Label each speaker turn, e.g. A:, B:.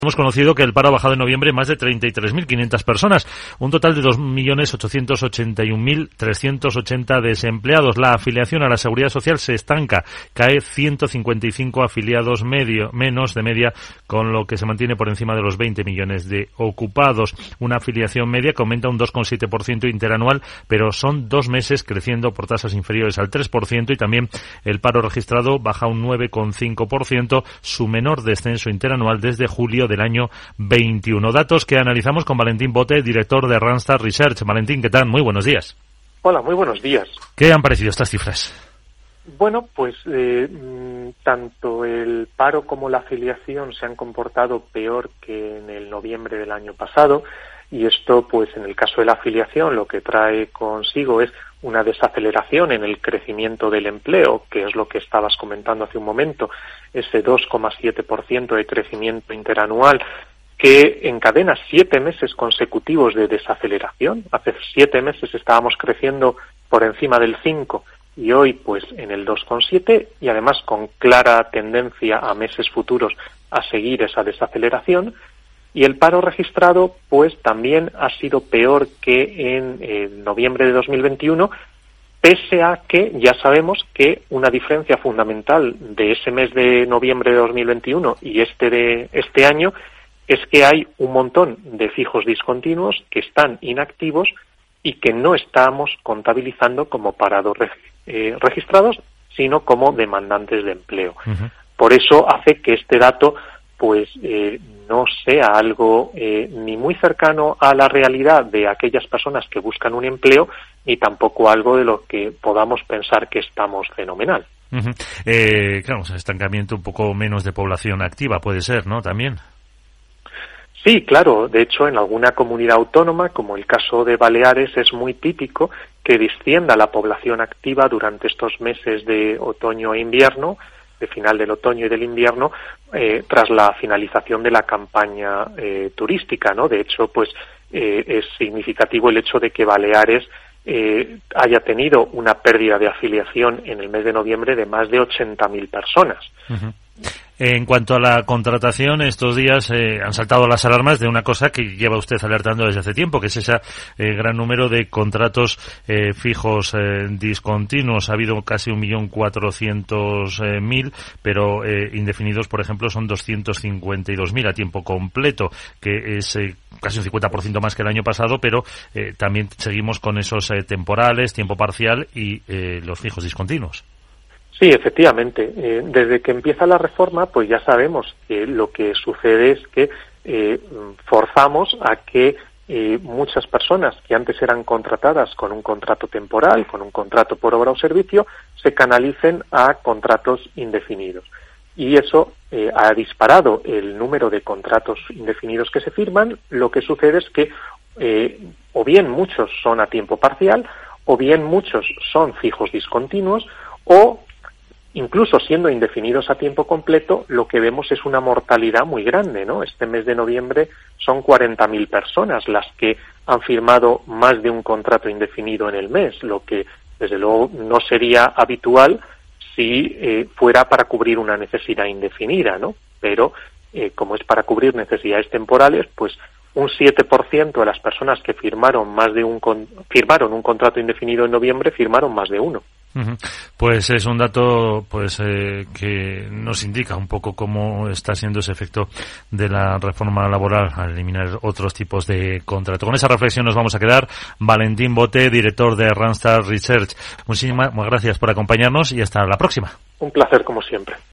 A: Hemos conocido que el paro ha bajado en noviembre más de 33.500 personas, un total de 2.881.380 desempleados. La afiliación a la Seguridad Social se estanca, cae 155 afiliados menos de media, con lo que se mantiene por encima de los 20 millones de ocupados. Una afiliación media que aumenta un 2,7% interanual, pero son 2 meses creciendo por tasas inferiores al 3%, y también el paro registrado baja un 9,5%, su menor descenso interanual desde julio del año 21. Datos que analizamos con Valentín Bote, director de Randstad Research. Valentín, ¿qué tal? Muy buenos días.
B: Hola, muy buenos días.
A: ¿Qué han parecido estas cifras?
B: Bueno, pues tanto el paro como la afiliación se han comportado peor que en el noviembre del año pasado, y esto, pues en el caso de la afiliación, lo que trae consigo es una desaceleración en el crecimiento del empleo, que es lo que estabas comentando hace un momento, ese 2,7% de crecimiento interanual que encadena 7 meses consecutivos de desaceleración. Hace 7 meses estábamos creciendo por encima del 5 y hoy pues en el 2,7, y además con clara tendencia a meses futuros a seguir esa desaceleración. Y el paro registrado pues también ha sido peor que en noviembre de 2021, pese a que ya sabemos que una diferencia fundamental de ese mes de noviembre de 2021 y de este año es que hay un montón de fijos discontinuos que están inactivos y que no estamos contabilizando como parados registrados, sino como demandantes de empleo. Uh-huh. Por eso hace que este dato pues no sea algo ni muy cercano a la realidad de aquellas personas que buscan un empleo, ni tampoco algo de lo que podamos pensar que estamos fenomenal.
A: Uh-huh. Claro, estancamiento, un poco menos de población activa puede ser, ¿no? También.
B: Sí, claro. De hecho, en alguna comunidad autónoma, como el caso de Baleares, es muy típico que descienda la población activa durante estos meses de otoño e invierno, de final del otoño y del invierno, tras la finalización de la campaña turística, ¿no? De hecho, pues es significativo el hecho de que Baleares haya tenido una pérdida de afiliación en el mes de noviembre de más de 80.000 personas. Uh-huh.
A: En cuanto a la contratación, estos días han saltado las alarmas de una cosa que lleva usted alertando desde hace tiempo, que es ese gran número de contratos fijos discontinuos. Ha habido casi 1.400.000, pero indefinidos, por ejemplo, son 252.000 a tiempo completo, que es casi un 50% más que el año pasado, pero también seguimos con esos temporales, tiempo parcial y los fijos discontinuos.
B: Sí, efectivamente. Desde que empieza la reforma, pues ya sabemos que lo que sucede es que forzamos a que muchas personas que antes eran contratadas con un contrato temporal, con un contrato por obra o servicio, se canalicen a contratos indefinidos. Y eso ha disparado el número de contratos indefinidos que se firman. Lo que sucede es que o bien muchos son a tiempo parcial, o bien muchos son fijos discontinuos, o incluso siendo indefinidos a tiempo completo, lo que vemos es una mortalidad muy grande, ¿no? Este mes de noviembre son 40.000 personas las que han firmado más de un contrato indefinido en el mes, lo que desde luego no sería habitual si fuera para cubrir una necesidad indefinida, ¿no? Pero como es para cubrir necesidades temporales, pues un 7% de las personas que firmaron un contrato indefinido en noviembre firmaron más de uno.
A: Uh-huh. Pues es un dato que nos indica un poco cómo está siendo ese efecto de la reforma laboral al eliminar otros tipos de contrato. Con esa reflexión nos vamos a quedar. Valentín Bote, director de Randstad Research. Muchísimas gracias por acompañarnos y hasta la próxima.
B: Un placer como siempre.